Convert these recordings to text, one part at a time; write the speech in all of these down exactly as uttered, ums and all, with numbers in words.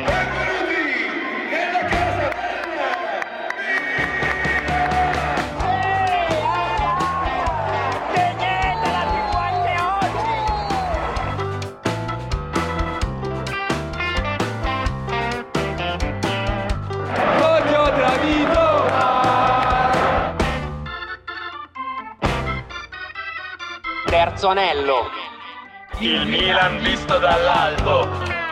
Terzo anello. Il Milan visto dall'alto.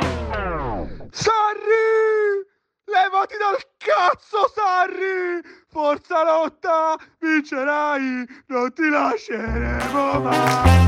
Sarri! Levati dal cazzo, Sarri! Forza lotta, vincerai, non ti lasceremo mai!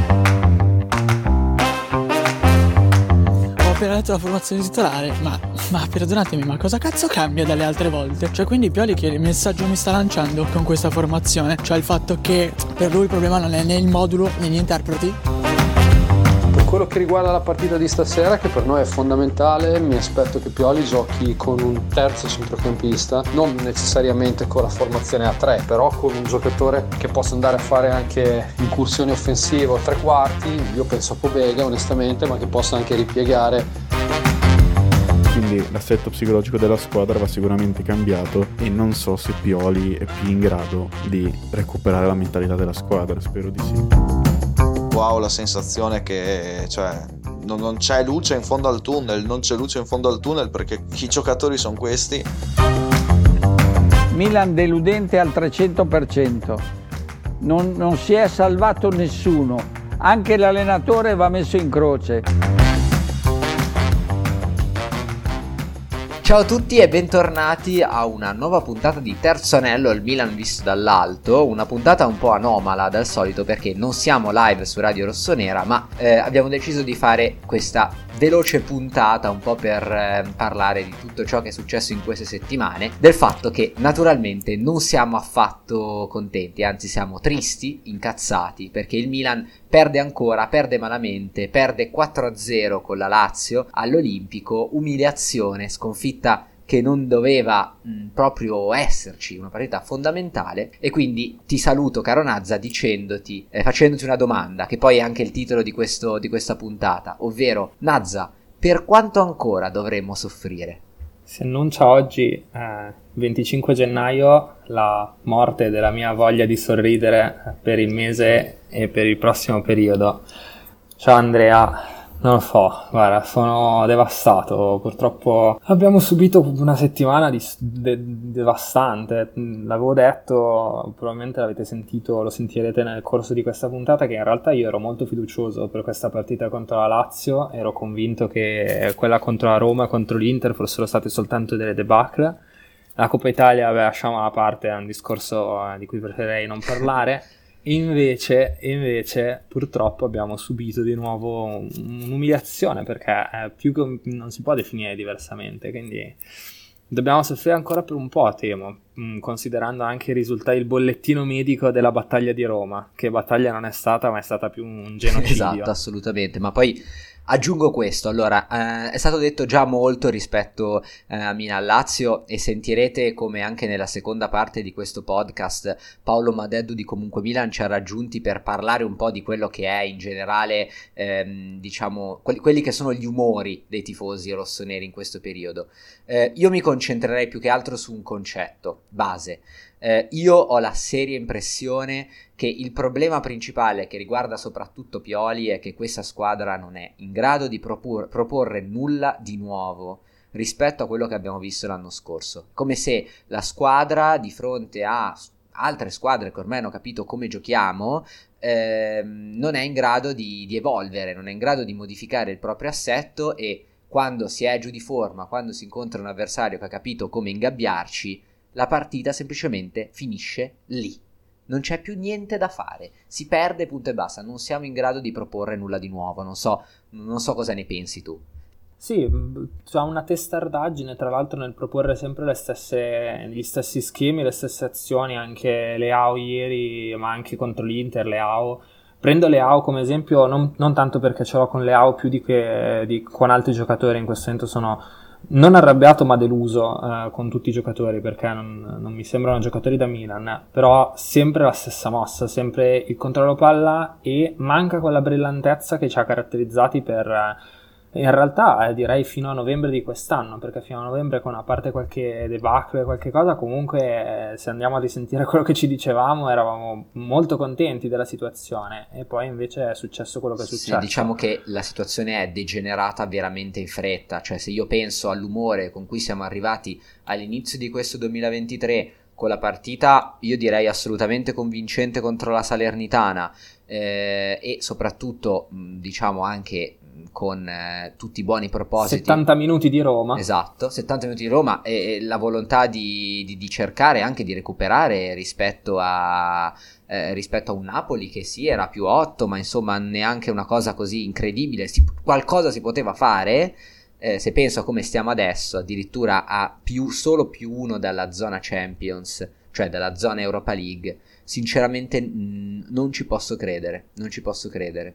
Ho appena letto la formazione titolare, ma, ma perdonatemi, ma cosa cazzo cambia dalle altre volte? Cioè, quindi Pioli che messaggio mi sta lanciando con questa formazione? Cioè il fatto che per lui il problema non è né il modulo né gli interpreti? Per quello che riguarda la partita di stasera, che per noi è fondamentale, mi aspetto che Pioli giochi con un terzo centrocampista, non necessariamente con la formazione a tre, però con un giocatore che possa andare a fare anche incursioni offensive o tre quarti. Io penso a Pobega onestamente, ma che possa anche ripiegare. Quindi l'assetto psicologico della squadra va sicuramente cambiato e non so se Pioli è più in grado di recuperare la mentalità della squadra, spero di sì. Wow, la sensazione che cioè non, non c'è luce in fondo al tunnel, non c'è luce in fondo al tunnel perché i giocatori sono questi. Milan deludente al trecento per cento, non, non si è salvato nessuno, anche l'allenatore va messo in croce. Ciao a tutti e bentornati a una nuova puntata di Terzo Anello, il Milan visto dall'alto. Una puntata un po' anomala dal solito perché non siamo live su Radio Rossonera, ma eh, abbiamo deciso di fare questa veloce puntata un po' per eh, parlare di tutto ciò che è successo in queste settimane, del fatto che naturalmente non siamo affatto contenti, anzi siamo tristi, incazzati, perché il Milan perde ancora, perde malamente, perde quattro a zero con la Lazio all'Olimpico, umiliazione, sconfitta che non doveva mh, proprio esserci, una partita fondamentale. E quindi ti saluto, caro Nazza, dicendoti, eh, facendoti una domanda, che poi è anche il titolo di, questo, di questa puntata, ovvero, Nazza, per quanto ancora dovremmo soffrire? Si annuncia oggi, eh, venticinque gennaio, la morte della mia voglia di sorridere per il mese e per il prossimo periodo. Ciao Andrea, non lo so, guarda, sono devastato. Purtroppo abbiamo subito una settimana di, de, devastante. L'avevo detto, probabilmente l'avete sentito, lo sentirete nel corso di questa puntata, che in realtà io ero molto fiducioso per questa partita contro la Lazio. Ero convinto che quella contro la Roma e contro l'Inter fossero state soltanto delle debacle. La Coppa Italia, vabbè, lasciamo da parte, è un discorso di cui preferirei non parlare. Invece, invece purtroppo abbiamo subito di nuovo un'umiliazione, perché è più che non si può definire diversamente, quindi dobbiamo soffrire ancora per un po', temo, considerando anche i risultati, il bollettino medico della battaglia di Roma, che battaglia non è stata, ma è stata più un genocidio. Esatto, assolutamente, ma poi aggiungo questo, allora, eh, è stato detto già molto rispetto eh, a Milan-Lazio, e sentirete come anche nella seconda parte di questo podcast Paolo Madeddu di Comunque Milan ci ha raggiunti per parlare un po' di quello che è in generale, ehm, diciamo, quelli, quelli che sono gli umori dei tifosi rossoneri in questo periodo. Eh, io mi concentrerei più che altro su un concetto, base. Eh, io ho la seria impressione che il problema principale che riguarda soprattutto Pioli è che questa squadra non è in grado di propor- proporre nulla di nuovo rispetto a quello che abbiamo visto l'anno scorso. Come se la squadra, di fronte a altre squadre che ormai hanno capito come giochiamo, ehm, non è in grado di, di evolvere, non è in grado di modificare il proprio assetto, e quando si è giù di forma, quando si incontra un avversario che ha capito come ingabbiarci, la partita semplicemente finisce lì. Non c'è più niente da fare, si perde, punto e basta, non siamo in grado di proporre nulla di nuovo. Non so, non so cosa ne pensi tu. Sì, ha una testardaggine tra l'altro nel proporre sempre le stesse, gli stessi schemi, le stesse azioni. Anche Leao ieri, ma anche contro l'Inter, Leao. Prendo Leao come esempio non, non tanto perché ce l'ho con Leao, più di che di, con altri giocatori. In questo momento sono non arrabbiato ma deluso eh, con tutti i giocatori, perché non, non mi sembrano giocatori da Milan, eh. Però sempre la stessa mossa, sempre il controllo palla, e manca quella brillantezza che ci ha caratterizzati per, in realtà eh, direi fino a novembre di quest'anno, perché fino a novembre, con a parte qualche debacle, qualche cosa, comunque eh, se andiamo a risentire quello che ci dicevamo eravamo molto contenti della situazione, e poi invece è successo quello che è successo. Sì, diciamo che la situazione è degenerata veramente in fretta, cioè se io penso all'umore con cui siamo arrivati all'inizio di questo duemilaventitré, con la partita io direi assolutamente convincente contro la Salernitana, eh, e soprattutto mh, diciamo anche con eh, tutti i buoni propositi, settanta minuti di Roma, esatto, settanta minuti di Roma, e, e la volontà di, di, di cercare anche di recuperare rispetto a eh, rispetto a un Napoli che sì era più otto, ma insomma neanche una cosa così incredibile, si, qualcosa si poteva fare. Eh, se penso a come stiamo adesso, addirittura a più, solo più uno dalla zona Champions, cioè dalla zona Europa League, sinceramente mh, non ci posso credere, non ci posso credere.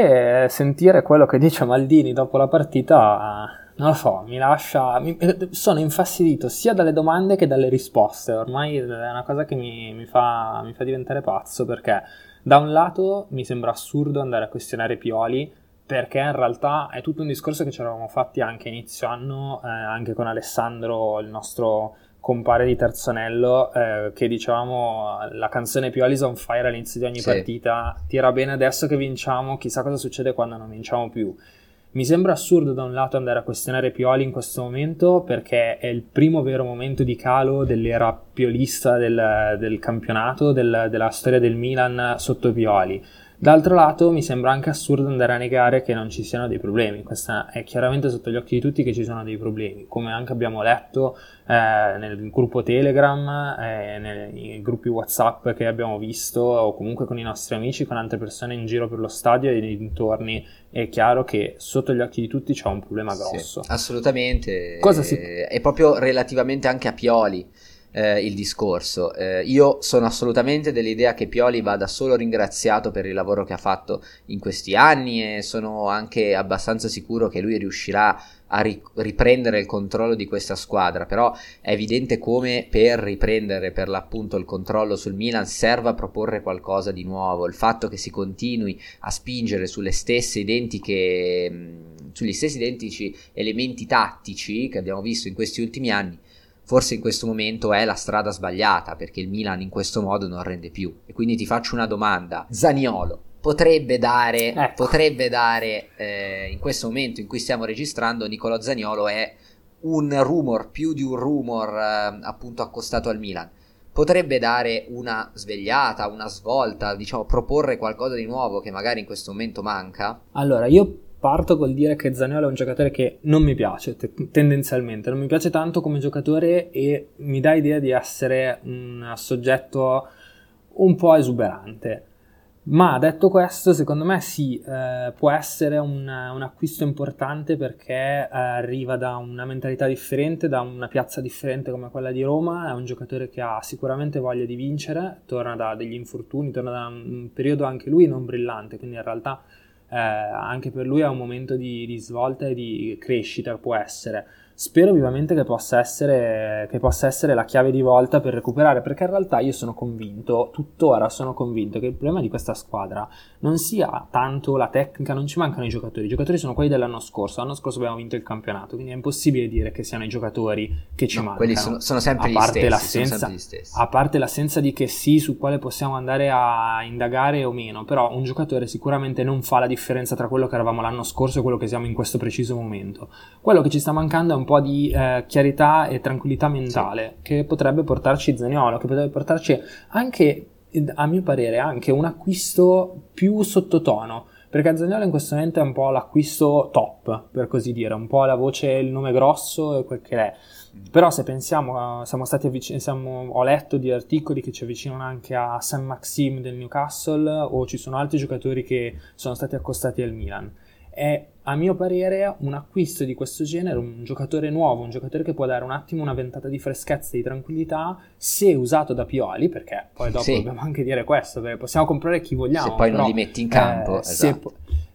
E sentire quello che dice Maldini dopo la partita, non lo so, mi lascia, mi, sono infastidito sia dalle domande che dalle risposte, ormai è una cosa che mi, mi, fa, mi fa diventare pazzo, perché da un lato mi sembra assurdo andare a questionare Pioli, perché in realtà è tutto un discorso che ci eravamo fatti anche inizio anno, eh, anche con Alessandro, il nostro compare di Terzonello, eh, che dicevamo la canzone Pioli's on fire all'inizio di ogni sì. partita, tira bene adesso che vinciamo, chissà cosa succede quando non vinciamo più. Mi sembra assurdo da un lato andare a questionare Pioli in questo momento, perché è il primo vero momento di calo dell'era piolista del, del campionato, del, della storia del Milan sotto Pioli. D'altro lato mi sembra anche assurdo andare a negare che non ci siano dei problemi. Questa è chiaramente sotto gli occhi di tutti che ci sono dei problemi, come anche abbiamo letto eh, nel gruppo Telegram, eh, nei gruppi WhatsApp che abbiamo visto, o comunque con i nostri amici, con altre persone in giro per lo stadio e nei dintorni. È chiaro che sotto gli occhi di tutti c'è un problema grosso. Sì, assolutamente. Cosa si... È proprio relativamente anche a Pioli. Eh, il discorso. Eh, io sono assolutamente dell'idea che Pioli vada solo ringraziato per il lavoro che ha fatto in questi anni, e sono anche abbastanza sicuro che lui riuscirà a ri- riprendere il controllo di questa squadra, però è evidente come per riprendere per l'appunto il controllo sul Milan serva proporre qualcosa di nuovo. Il fatto che si continui a spingere sulle stesse identiche mh, sugli stessi identici elementi tattici che abbiamo visto in questi ultimi anni, forse in questo momento è la strada sbagliata, perché il Milan in questo modo non rende più. E quindi ti faccio una domanda: Zaniolo potrebbe dare, ecco. potrebbe dare eh, in questo momento in cui stiamo registrando, Nicolò Zaniolo è un rumor, più di un rumor eh, appunto accostato al Milan, potrebbe dare una svegliata, una svolta, diciamo proporre qualcosa di nuovo che magari in questo momento manca? Allora, io parto col dire che Zaniolo è un giocatore che non mi piace, te- tendenzialmente, non mi piace tanto come giocatore, e mi dà idea di essere un soggetto un po' esuberante. Ma detto questo, secondo me sì, eh, può essere un, un acquisto importante, perché eh, arriva da una mentalità differente, da una piazza differente come quella di Roma. È un giocatore che ha sicuramente voglia di vincere, torna da degli infortuni, torna da un periodo anche lui non brillante, quindi in realtà Eh, anche per lui è un momento di, di svolta e di crescita, può essere. Spero vivamente che possa essere che possa essere la chiave di volta per recuperare, perché in realtà io sono convinto, tuttora sono convinto, che il problema di questa squadra non sia tanto la tecnica, non ci mancano i giocatori, i giocatori sono quelli dell'anno scorso, l'anno scorso abbiamo vinto il campionato, quindi è impossibile dire che siano i giocatori che ci no, mancano. Quelli sono, sono sempre, a gli parte stessi, l'assenza, sono sempre gli stessi. A parte l'assenza di che sì, su quale possiamo andare a indagare o meno, però un giocatore sicuramente non fa la differenza tra quello che eravamo l'anno scorso e quello che siamo in questo preciso momento. Quello che ci sta mancando è un po' di eh, chiarità e tranquillità mentale, sì, che potrebbe portarci Zaniolo, che potrebbe portarci anche, a mio parere, anche un acquisto più sottotono, perché Zaniolo in questo momento è un po' l'acquisto top, per così dire, un po' la voce, il nome grosso e quel che è. Però se pensiamo, siamo stati avvicin- siamo, ho letto di articoli che ci avvicinano anche a Saint-Maximin del Newcastle, o ci sono altri giocatori che sono stati accostati al Milan. È, a mio parere, un acquisto di questo genere, un giocatore nuovo, un giocatore che può dare un attimo una ventata di freschezza e di tranquillità, se usato da Pioli, perché poi dopo sì, dobbiamo anche dire questo, perché possiamo comprare chi vogliamo, se poi però, non li metti in campo, eh, esatto. se,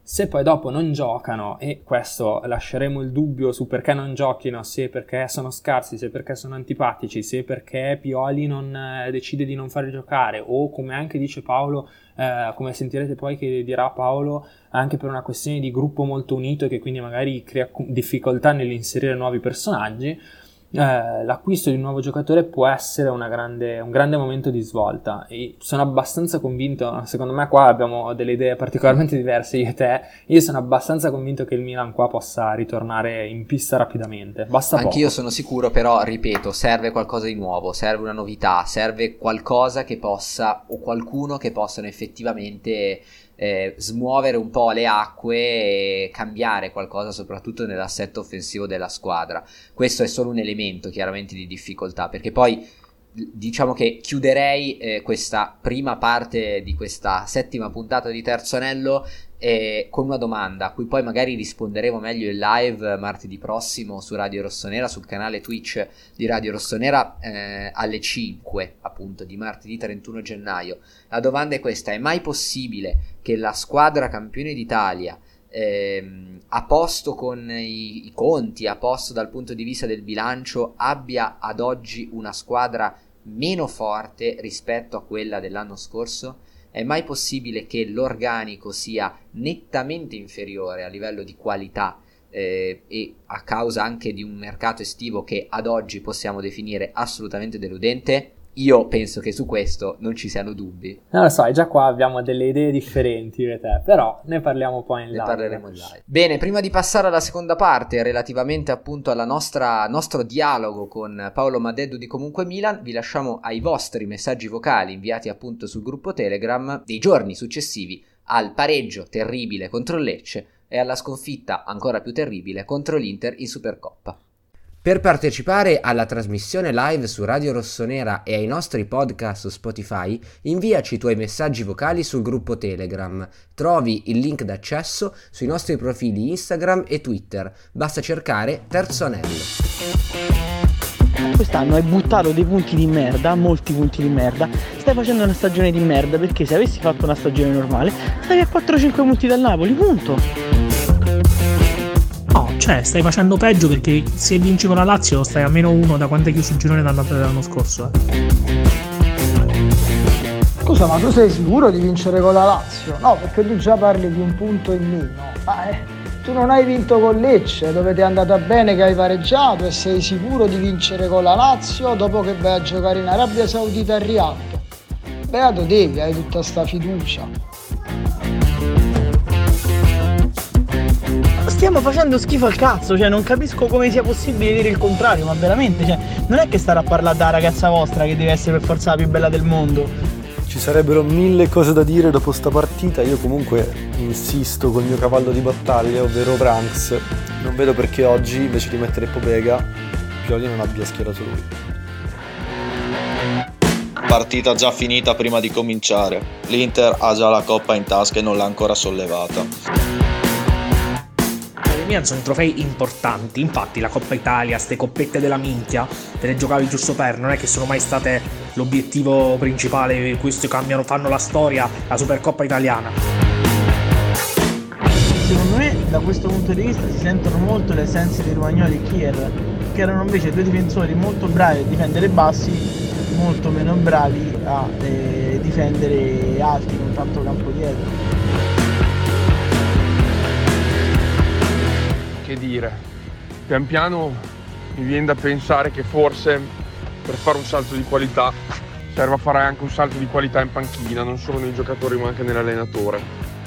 Se poi dopo non giocano, e questo lasceremo il dubbio su perché non giochino, se perché sono scarsi, se perché sono antipatici, se perché Pioli non eh, decide di non fare giocare, o come anche dice Paolo, eh, come sentirete poi che dirà Paolo, anche per una questione di gruppo molto unito e che quindi magari crea difficoltà nell'inserire nuovi personaggi, Eh, l'acquisto di un nuovo giocatore può essere una grande, un grande momento di svolta, e sono abbastanza convinto, secondo me qua abbiamo delle idee particolarmente diverse io e te, io sono abbastanza convinto che il Milan qua possa ritornare in pista rapidamente, basta poco. Anch'io sono sicuro, però ripeto, serve qualcosa di nuovo, serve una novità, serve qualcosa che possa, o qualcuno che possano effettivamente Eh, smuovere un po' le acque e cambiare qualcosa soprattutto nell'assetto offensivo della squadra. Questo è solo un elemento chiaramente di difficoltà, perché poi diciamo che chiuderei eh, questa prima parte di questa settima puntata di Terzo Anello eh, con una domanda a cui poi magari risponderemo meglio in live martedì prossimo su Radio Rossonera, sul canale Twitch di Radio Rossonera eh, alle cinque appunto di martedì trentuno gennaio. La domanda è questa: è mai possibile che la squadra campione d'Italia ehm, a posto con i, i conti, a posto dal punto di vista del bilancio, abbia ad oggi una squadra meno forte rispetto a quella dell'anno scorso? È mai possibile che l'organico sia nettamente inferiore a livello di qualità eh, e a causa anche di un mercato estivo che ad oggi possiamo definire assolutamente deludente? Io penso che su questo non ci siano dubbi. Non lo so, e già qua abbiamo delle idee differenti io e te, però ne parliamo poi in live. Ne parleremo in live. Bene, prima di passare alla seconda parte, relativamente appunto alla nostra nostro dialogo con Paolo Madeddu di Comunque Milan, vi lasciamo ai vostri messaggi vocali inviati appunto sul gruppo Telegram dei giorni successivi al pareggio terribile contro il Lecce e alla sconfitta ancora più terribile contro l'Inter in Supercoppa. Per partecipare alla trasmissione live su Radio Rossonera e ai nostri podcast su Spotify, inviaci i tuoi messaggi vocali sul gruppo Telegram. Trovi il link d'accesso sui nostri profili Instagram e Twitter. Basta cercare Terzo Anello. Quest'anno hai buttato dei punti di merda, molti punti di merda. Stai facendo una stagione di merda, perché se avessi fatto una stagione normale stavi a quattro cinque punti dal Napoli, punto. No, cioè stai facendo peggio, perché se vinci con la Lazio stai a meno uno da quando hai chiuso il girone d'andata dell'anno scorso. Eh. Scusa, ma tu sei sicuro di vincere con la Lazio? No, perché tu già parli di un punto in meno. Ma eh, tu non hai vinto con Lecce, dove ti è andata bene che hai pareggiato, e sei sicuro di vincere con la Lazio dopo che vai a giocare in Arabia Saudita a Riyadh? Beato te che hai tutta sta fiducia. Stiamo facendo schifo al cazzo, cioè non capisco come sia possibile dire il contrario, ma veramente, cioè non è che stare a parlare della ragazza vostra che deve essere per forza la più bella del mondo. Ci sarebbero mille cose da dire dopo sta partita, io comunque insisto col mio cavallo di battaglia, ovvero Branks. Non vedo perché oggi, invece di mettere Pobega, Pioli non abbia schierato lui. Partita già finita prima di cominciare. L'Inter ha già la coppa in tasca e non l'ha ancora sollevata. Sono trofei importanti, infatti la Coppa Italia, ste coppette della minchia, te le giocavi giusto per, non è che sono mai state l'obiettivo principale, questi cambiano, fanno la storia, la Supercoppa italiana. Secondo me da questo punto di vista si sentono molto le essenze di Romagnoli e Kier, che erano invece due difensori molto bravi a difendere bassi, molto meno bravi a eh, difendere alti con tanto campo dietro. Che dire, pian piano mi viene da pensare che forse per fare un salto di qualità serve a fare anche un salto di qualità in panchina, non solo nei giocatori ma anche nell'allenatore.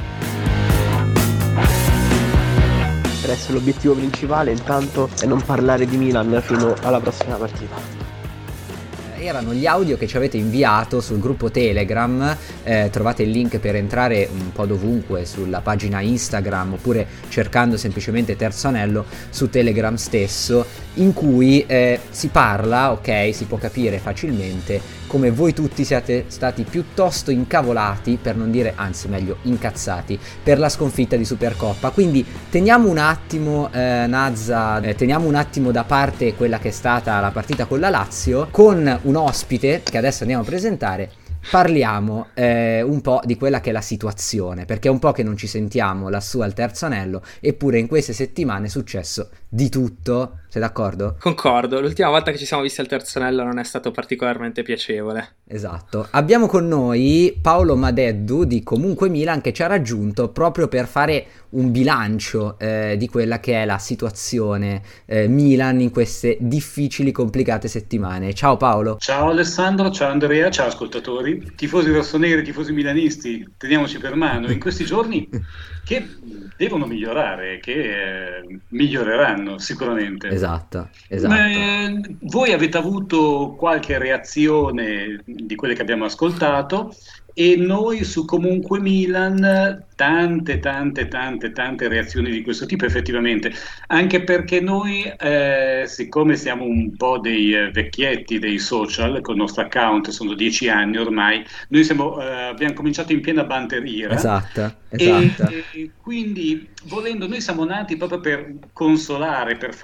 Adesso l'obiettivo principale intanto è non parlare di Milan fino alla prossima partita. Erano gli audio che ci avete inviato sul gruppo Telegram, eh, trovate il link per entrare un po' dovunque sulla pagina Instagram oppure cercando semplicemente Terzo Anello su Telegram stesso, in cui eh, si parla, ok, si può capire facilmente come voi tutti siate stati piuttosto incavolati, per non dire, anzi meglio, incazzati per la sconfitta di Supercoppa. Quindi teniamo un attimo, eh, Nazza, eh, teniamo un attimo da parte quella che è stata la partita con la Lazio, con un ospite che adesso andiamo a presentare, parliamo eh, un po' di quella che è la situazione, perché è un po' che non ci sentiamo lassù al terzo anello, eppure in queste settimane è successo di tutto. Sei d'accordo? Concordo, l'ultima volta che ci siamo visti al terzo anello non è stato particolarmente piacevole. Esatto. Abbiamo con noi Paolo Madeddu di Comunque Milan, che ci ha raggiunto proprio per fare un bilancio eh, di quella che è la situazione eh, Milan in queste difficili, complicate settimane. Ciao Paolo. Ciao Alessandro, ciao Andrea, ciao ascoltatori, tifosi rossoneri, tifosi milanisti, teniamoci per mano in questi giorni che devono migliorare, che eh, miglioreranno sicuramente. Esatto, esatto. Eh, voi avete avuto qualche reazione di quelle che abbiamo ascoltato e noi su Comunque Milan tante tante tante tante reazioni di questo tipo, effettivamente, anche perché noi eh, siccome siamo un po' dei eh, vecchietti dei social, con il nostro account sono dieci anni ormai, noi siamo, eh, abbiamo cominciato in piena banteriera. Esatto, esatto. E, e quindi volendo noi siamo nati proprio per consolare, per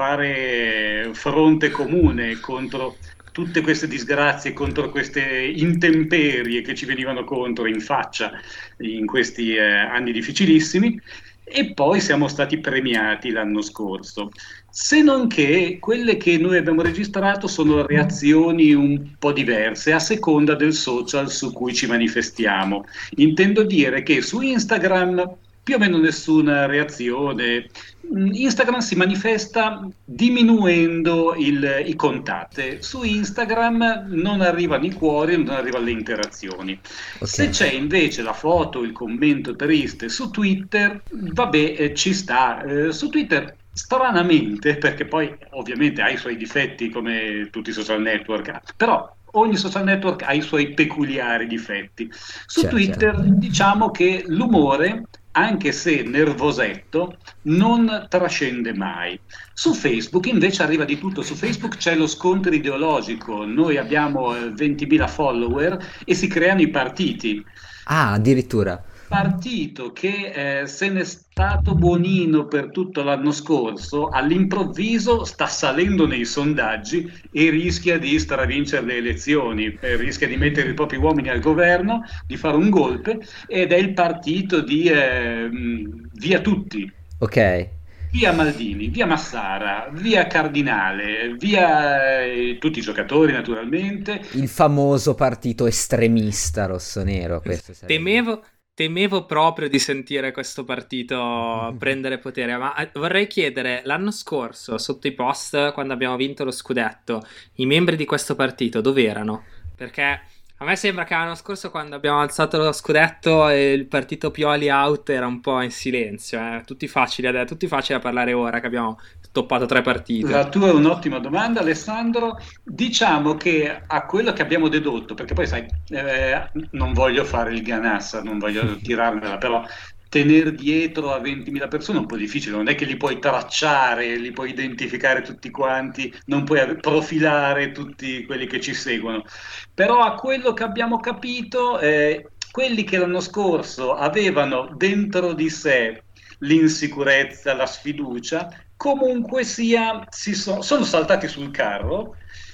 fare fronte comune contro tutte queste disgrazie, contro queste intemperie che ci venivano contro in faccia in questi eh, anni difficilissimi, e poi siamo stati premiati l'anno scorso. Se non che quelle che noi abbiamo registrato sono reazioni un po' diverse a seconda del social su cui ci manifestiamo. Intendo dire che su Instagram più o meno nessuna reazione. Instagram si manifesta diminuendo il, i contatti. Su Instagram non arrivano i cuori, non arrivano le interazioni. Okay. Se c'è invece la foto, il commento triste su Twitter, vabbè, eh, ci sta. Eh, su Twitter stranamente, perché poi ovviamente ha i suoi difetti come tutti i social network, però ogni social network ha i suoi peculiari difetti. Su certo, Twitter certo. Diciamo che l'umore, anche se nervosetto, non trascende mai. Su Facebook invece arriva di tutto. Su Facebook c'è lo scontro ideologico, noi abbiamo eh, ventimila follower e si creano i partiti. Ah, addirittura. Partito che eh, se n'è stato buonino per tutto l'anno scorso, all'improvviso sta salendo nei sondaggi e rischia di stravincere le elezioni, eh, rischia di mettere i propri uomini al governo, di fare un golpe, ed è il partito di eh, via tutti. Ok. Via Maldini, via Massara, via Cardinale, via eh, tutti i giocatori naturalmente. Il famoso partito estremista rossonero. Questo Temevo... Temevo proprio di sentire questo partito prendere potere, ma vorrei chiedere, l'anno scorso, sotto i post, quando abbiamo vinto lo scudetto, i membri di questo partito dove erano? Perché a me sembra che l'anno scorso, quando abbiamo alzato lo scudetto e il partito Pioli out, era un po' in silenzio, eh? tutti facili, tutti facili a parlare ora che abbiamo toppato tre partite. La tua è un'ottima domanda, Alessandro. Diciamo che a quello che abbiamo dedotto, perché poi sai, eh, non voglio fare il ganassa, non voglio tirarmela, però tenere dietro a ventimila persone è un po' difficile, non è che li puoi tracciare, li puoi identificare tutti quanti, non puoi profilare tutti quelli che ci seguono, però a quello che abbiamo capito, eh, quelli che l'anno scorso avevano dentro di sé l'insicurezza, la sfiducia, comunque sia si so, sono saltati sul carro,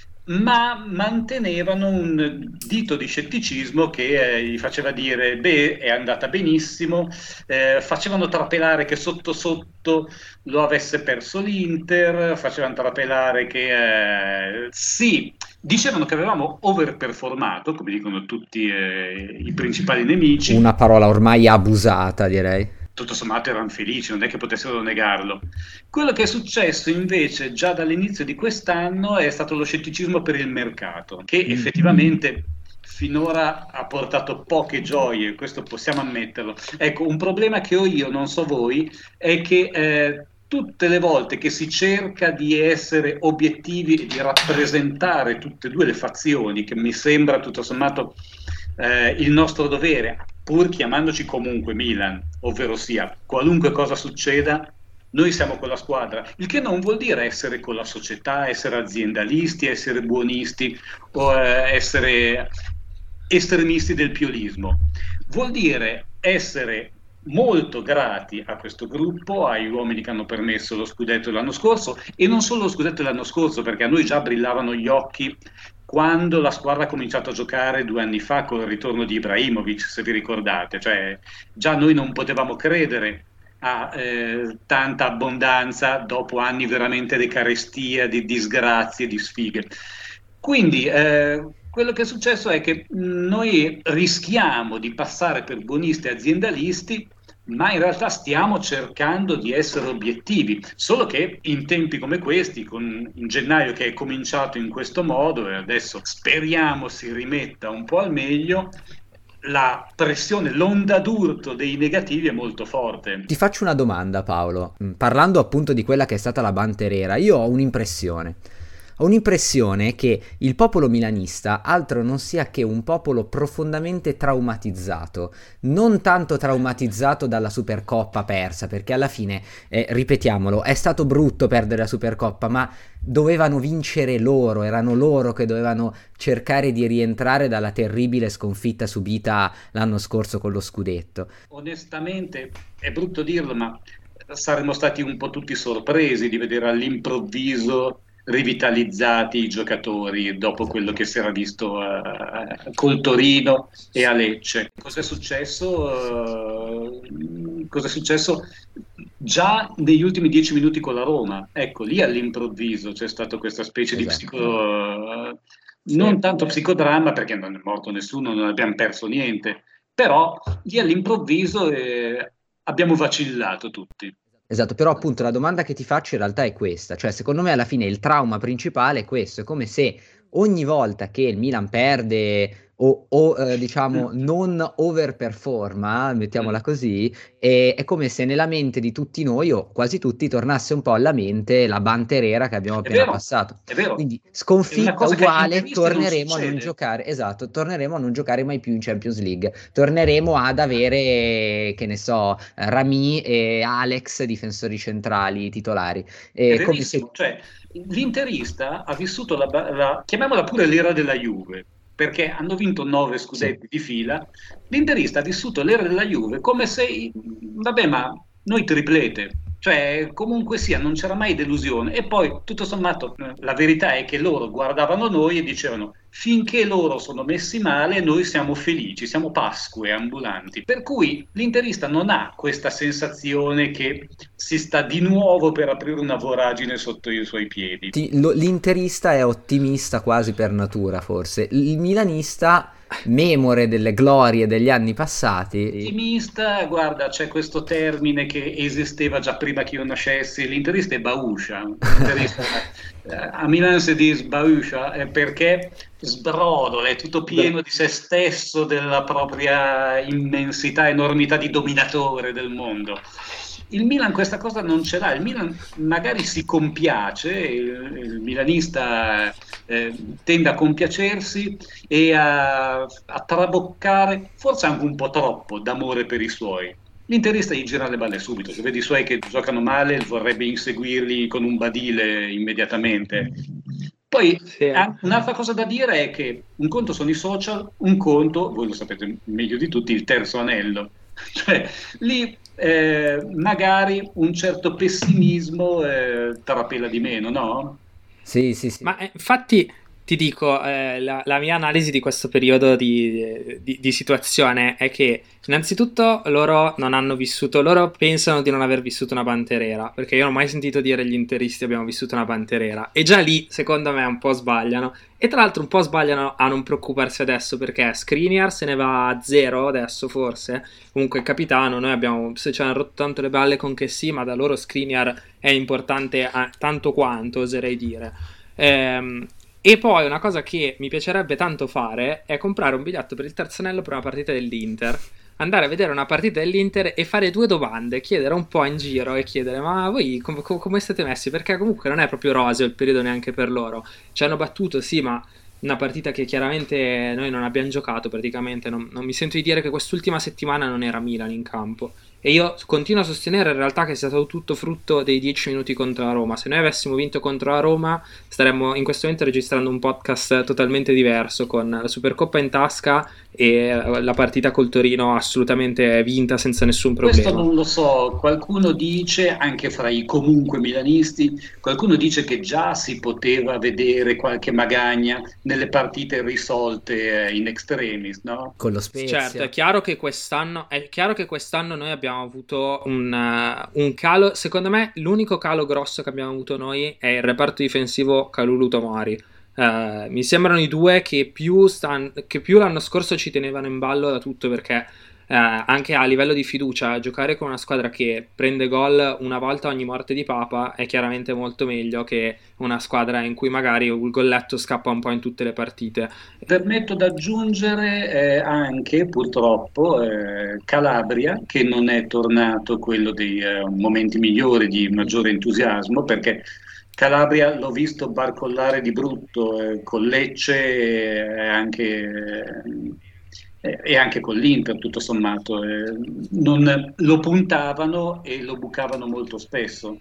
ma mantenevano un dito di scetticismo che eh, gli faceva dire beh, è andata benissimo, eh, facevano trapelare che sotto sotto lo avesse perso l'Inter, facevano trapelare che eh, sì, dicevano che avevamo overperformato, come dicono tutti eh, i principali nemici. Una parola ormai abusata, direi. Tutto sommato erano felici, non è che potessero negarlo. Quello che è successo invece già dall'inizio di quest'anno è stato lo scetticismo per il mercato, che effettivamente finora ha portato poche gioie, questo possiamo ammetterlo. Ecco, un problema che ho io, non so voi, è che eh, tutte le volte che si cerca di essere obiettivi e di rappresentare tutte e due le fazioni, che mi sembra tutto sommato eh, il nostro dovere, pur chiamandoci comunque Milan, ovvero sia, qualunque cosa succeda, noi siamo con la squadra, il che non vuol dire essere con la società, essere aziendalisti, essere buonisti o eh, essere estremisti del piolismo. Vuol dire essere molto grati a questo gruppo, ai uomini che hanno permesso lo scudetto l'anno scorso, e non solo lo scudetto l'anno scorso, perché a noi già brillavano gli occhi quando la squadra ha cominciato a giocare due anni fa con il ritorno di Ibrahimovic, se vi ricordate, cioè già noi non potevamo credere a eh, tanta abbondanza dopo anni veramente di carestia, di disgrazie, di sfighe. Quindi eh, quello che è successo è che noi rischiamo di passare per buonisti e aziendalisti, ma in realtà stiamo cercando di essere obiettivi, solo che in tempi come questi, con in gennaio che è cominciato in questo modo e adesso speriamo si rimetta un po' al meglio, la pressione, l'onda d'urto dei negativi è molto forte. Ti faccio una domanda, Paolo, parlando appunto di quella che è stata la Banterera. Io ho un'impressione Ho un'impressione che il popolo milanista altro non sia che un popolo profondamente traumatizzato, non tanto traumatizzato dalla Supercoppa persa, perché alla fine, eh, ripetiamolo, è stato brutto perdere la Supercoppa, ma dovevano vincere loro, erano loro che dovevano cercare di rientrare dalla terribile sconfitta subita l'anno scorso con lo scudetto. Onestamente, è brutto dirlo, ma saremmo stati un po' tutti sorpresi di vedere all'improvviso rivitalizzati i giocatori dopo quello che si era visto uh, col Torino e a Lecce. Cos'è successo? Uh, cos'è successo già negli ultimi dieci minuti con la Roma? Ecco, lì all'improvviso c'è stata questa specie esatto. di psico... Uh, non tanto psicodramma, perché non è morto nessuno, non abbiamo perso niente, però lì all'improvviso eh, abbiamo vacillato tutti. Esatto, però appunto la domanda che ti faccio in realtà è questa, cioè secondo me alla fine il trauma principale è questo, è come se ogni volta che il Milan perde o, o eh, diciamo non overperforma, mettiamola così, è, è come se nella mente di tutti noi o quasi tutti tornasse un po' alla mente la Banterera che abbiamo appena vero, passato. È vero. Quindi sconfitta uguale, torneremo non a non giocare, esatto, torneremo a non giocare mai più in Champions League, torneremo ad avere, che ne so, Rami e Alex difensori centrali titolari. È come se... cioè, l'interista ha vissuto la, la chiamiamola pure l'era della Juve, perché hanno vinto nove scudetti sì. di fila. L'interista ha vissuto l'era della Juve come se, vabbè, ma noi triplete, cioè comunque sia non c'era mai delusione, e poi tutto sommato la verità è che loro guardavano noi e dicevano finché loro sono messi male noi siamo felici, siamo Pasque ambulanti, per cui l'interista non ha questa sensazione che si sta di nuovo per aprire una voragine sotto i suoi piedi. L'interista è ottimista quasi per natura, forse il milanista memore delle glorie degli anni passati. Ottimista, guarda, c'è questo termine che esisteva già prima che io nascessi, l'interista è bauscia. L'interista, a Milano si dice bauscia perché sbrodola, è tutto pieno di se stesso, della propria immensità, enormità di dominatore del mondo. Il Milan questa cosa non ce l'ha, il Milan magari si compiace, il, il milanista eh, tende a compiacersi e a, a traboccare, forse anche un po' troppo, d'amore per i suoi. L'interista gli gira le balle subito, se vede i suoi che giocano male vorrebbe inseguirli con un badile immediatamente. Poi sì. un'altra cosa da dire è che un conto sono i social, un conto, voi lo sapete meglio di tutti, il terzo anello. Cioè lì eh, magari un certo pessimismo eh, trapela di meno, no? Sì, sì, sì. Ma eh, infatti ti dico, eh, la, la mia analisi di questo periodo di, di, di situazione è che innanzitutto loro non hanno vissuto, loro pensano di non aver vissuto una Banterera, perché io non ho mai sentito dire agli interisti abbiamo vissuto una Banterera, e già lì secondo me un po' sbagliano, e tra l'altro un po' sbagliano a non preoccuparsi adesso, perché Skriniar se ne va a zero adesso forse, comunque il capitano, noi abbiamo, se ci hanno rotto tanto le balle con che sì, ma da loro Skriniar è importante a, tanto quanto, oserei dire. ehm E poi una cosa che mi piacerebbe tanto fare è comprare un biglietto per il terzo anello per una partita dell'Inter, andare a vedere una partita dell'Inter e fare due domande, chiedere un po' in giro e chiedere ma voi com- com- come siete messi? Perché comunque non è proprio roseo il periodo neanche per loro, ci hanno battuto sì, ma una partita che chiaramente noi non abbiamo giocato praticamente, non, non mi sento di dire che quest'ultima settimana non era Milan in campo, e io continuo a sostenere in realtà che sia stato tutto frutto dei dieci minuti contro la Roma. Se noi avessimo vinto contro la Roma staremmo in questo momento registrando un podcast totalmente diverso, con la Supercoppa in tasca e la partita col Torino assolutamente vinta senza nessun problema. Questo non lo so, qualcuno dice, anche fra i comunque milanisti, qualcuno dice che già si poteva vedere qualche magagna nelle partite risolte in extremis, no? Con lo Spezia. Certo, è chiaro che quest'anno è chiaro che quest'anno noi abbiamo avuto un, uh, un calo. Secondo me l'unico calo grosso che abbiamo avuto noi è il reparto difensivo Kalulu Tomori. Uh, mi sembrano i due che più, stan- che più l'anno scorso ci tenevano in ballo da tutto, perché uh, anche a livello di fiducia giocare con una squadra che prende gol una volta ogni morte di papa è chiaramente molto meglio che una squadra in cui magari il golletto scappa un po' in tutte le partite. Permetto d'aggiungere eh, anche purtroppo eh, Calabria, che non è tornato quello dei eh, momenti migliori di maggiore entusiasmo, perché Calabria l'ho visto barcollare di brutto eh, con Lecce e anche, eh, e anche con l'Inter, tutto sommato. Eh, non, lo puntavano e lo bucavano molto spesso.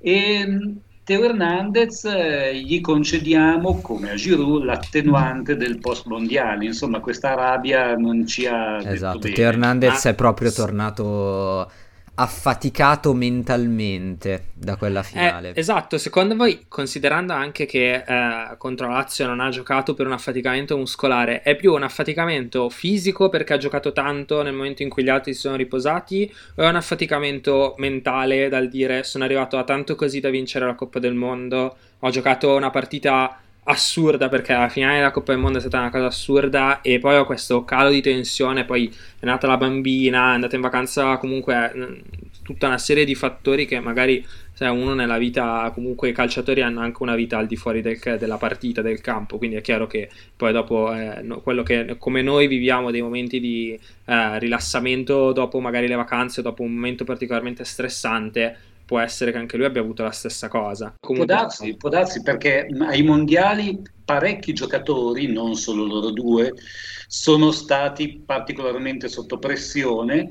E Teo Hernandez eh, gli concediamo, come a Giroud, l'attenuante del post mondiale. Insomma, questa rabbia non ci ha esatto, detto bene. Teo Hernandez Ma... è proprio tornato affaticato mentalmente da quella finale. Eh, esatto, secondo voi, considerando anche che eh, contro Lazio non ha giocato per un affaticamento muscolare, è più un affaticamento fisico perché ha giocato tanto nel momento in cui gli altri si sono riposati, o è un affaticamento mentale dal dire sono arrivato a tanto così da vincere la Coppa del Mondo, ho giocato una partita assurda perché la finale della Coppa del Mondo è stata una cosa assurda e poi ho questo calo di tensione, poi è nata la bambina, è andata in vacanza, comunque tutta una serie di fattori che magari se uno nella vita, comunque i calciatori hanno anche una vita al di fuori del, della partita, del campo, quindi è chiaro che poi dopo eh, no, quello che come noi viviamo dei momenti di eh, rilassamento dopo magari le vacanze, dopo un momento particolarmente stressante, può essere che anche lui abbia avuto la stessa cosa. Comunque... Può darsi, può darsi, perché ai mondiali parecchi giocatori, non solo loro due, sono stati particolarmente sotto pressione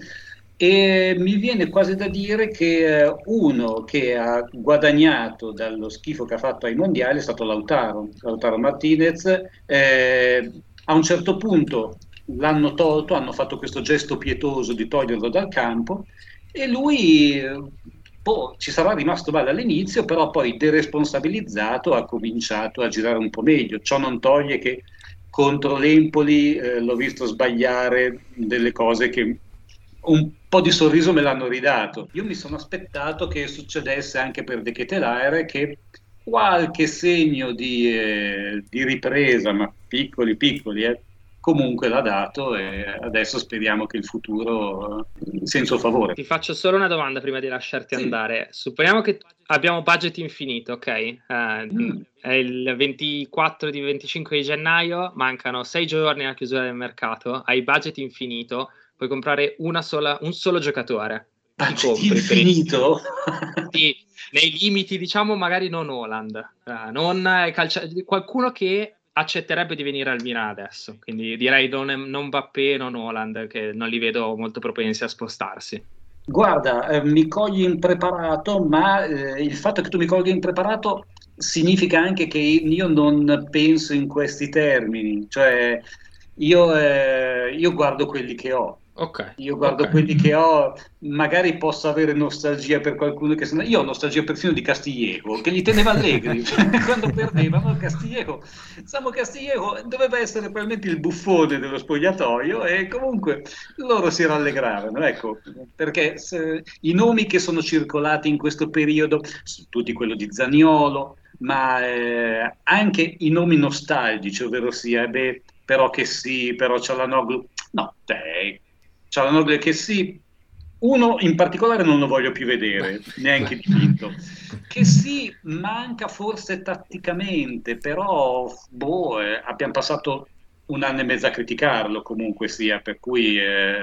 e mi viene quasi da dire che uno che ha guadagnato dallo schifo che ha fatto ai mondiali è stato Lautaro, Lautaro Martinez. Eh, a un certo punto l'hanno tolto, hanno fatto questo gesto pietoso di toglierlo dal campo e lui... Oh, ci sarà rimasto male all'inizio, però poi deresponsabilizzato ha cominciato a girare un po' meglio. Ciò non toglie che contro l'Empoli eh, l'ho visto sbagliare delle cose che un po' di sorriso me l'hanno ridato. Io mi sono aspettato che succedesse anche per De Ketelaere, che qualche segno di, eh, di ripresa, ma piccoli piccoli, eh, comunque l'ha dato e adesso speriamo che il futuro sia in suo favore. Ti faccio solo una domanda prima di lasciarti sì. andare. Supponiamo che abbiamo budget infinito, ok? Uh, mm. È il ventiquattro di venticinque di gennaio, mancano sei giorni alla chiusura del mercato, hai budget infinito, puoi comprare una sola, un solo giocatore. Budget infinito? Sì, nei limiti, diciamo, magari non Haaland, uh, non calcia- qualcuno che accetterebbe di venire al Milan adesso, quindi direi non, non Mbappé, non Haaland, che non li vedo molto propensi a spostarsi. Guarda, eh, mi cogli impreparato, ma eh, il fatto che tu mi cogli impreparato significa anche che io non penso in questi termini, cioè io, eh, io guardo quelli che ho. Okay, io guardo okay. quelli che ho, magari posso avere nostalgia per qualcuno che se ne... io ho nostalgia persino di Castillejo, che li teneva allegri quando perdevano. Castillejo, Samu Castillejo doveva essere probabilmente il buffone dello spogliatoio e comunque loro si rallegravano, ecco, perché se... i nomi che sono circolati in questo periodo, tutti quello di Zaniolo, ma eh, anche i nomi nostalgici, ovvero sia, beh, però che sì, però Çalhanoğlu, no, dai, Çalhanoğlu che sì, uno in particolare non lo voglio più vedere, neanche dipinto, che sì, manca forse tatticamente, però boh, eh, abbiamo passato un anno e mezzo a criticarlo comunque sia, per cui eh,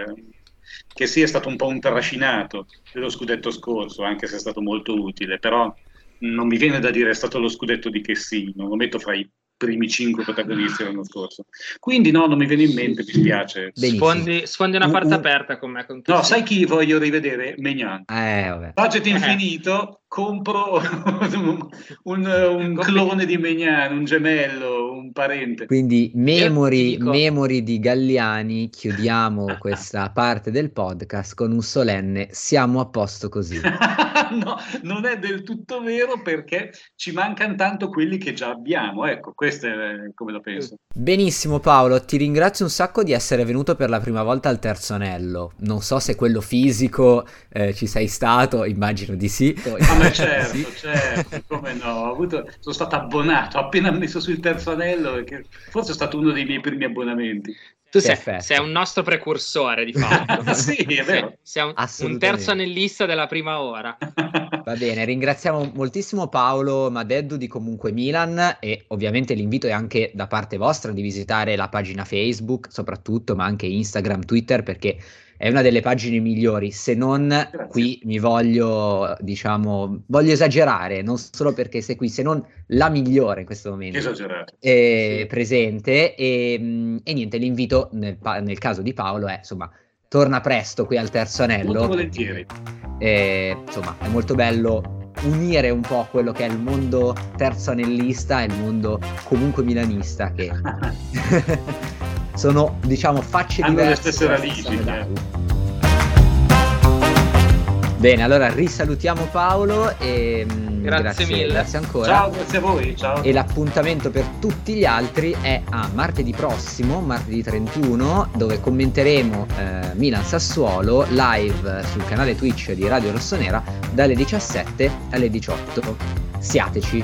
che sì è stato un po' un trascinato dello scudetto scorso, anche se è stato molto utile, però non mi viene da dire è stato lo scudetto di che sì, non lo metto fra i primi cinque protagonisti l'anno scorso. Quindi no, non mi viene in mente, mi spiace. Sfondi, sfondi una porta Uh, uh. aperta con me. Con No, sai chi voglio rivedere? Megnan. Eh, vabbè. Budget Eh. infinito, compro un, un, un clone di Megnan, un gemello, un parente. Quindi memory, dico- memory di Galliani, chiudiamo questa parte del podcast con un solenne siamo a posto così. No, non è del tutto vero perché ci mancano tanto quelli che già abbiamo, ecco, questo è come lo penso. Benissimo Paolo, ti ringrazio un sacco di essere venuto per la prima volta al Terzo Anello. Non so se quello fisico eh, ci sei stato, immagino di sì. Ah, ma certo, Sì. certo, come no, ho avuto, sono stato abbonato, appena messo sul Terzo Anello, perché forse è stato uno dei miei primi abbonamenti. Tu sei, Perfetto. sei un nostro precursore di fatto. Sì, è vero. Sei, sei un, un Assolutamente. terzo anellista della prima ora. Va bene, ringraziamo moltissimo Paolo Madeddu di Comunque Milan e ovviamente l'invito è anche da parte vostra di visitare la pagina Facebook soprattutto, ma anche Instagram, Twitter, perché è una delle pagine migliori, se non qui mi voglio, diciamo, voglio esagerare, non solo perché sei qui, se non la migliore in questo momento. Esagerato. È presente e, mh, e niente, l'invito nel, pa- nel caso di Paolo è, insomma, torna presto qui al Terzo Anello. Molto volentieri. E, insomma, è molto bello unire un po' quello che è il mondo terzo anellista e il mondo comunque milanista, che sono, diciamo, facce Hanno le diverse. stesse della radici, stessa medaglia. certo. Bene, allora risalutiamo Paolo e mh, Grazie mille. grazie ancora. Ciao, grazie a voi, ciao. E l'appuntamento per tutti gli altri è a martedì prossimo, martedì trentuno, dove commenteremo eh, Milan-Sassuolo live sul canale Twitch di Radio Rossonera dalle diciassette alle diciotto. Siateci!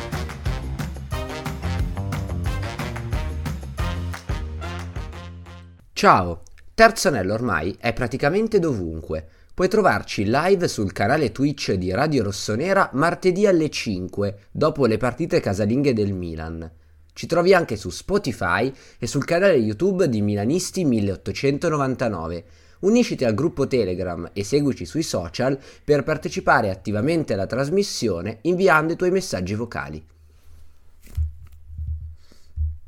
Ciao! Terzo Anello ormai è praticamente dovunque. Puoi trovarci live sul canale Twitch di Radio Rossonera martedì alle cinque, dopo le partite casalinghe del Milan. Ci trovi anche su Spotify e sul canale YouTube di Milanisti milleottocentonovantanove. Unisciti al gruppo Telegram e seguici sui social per partecipare attivamente alla trasmissione inviando i tuoi messaggi vocali.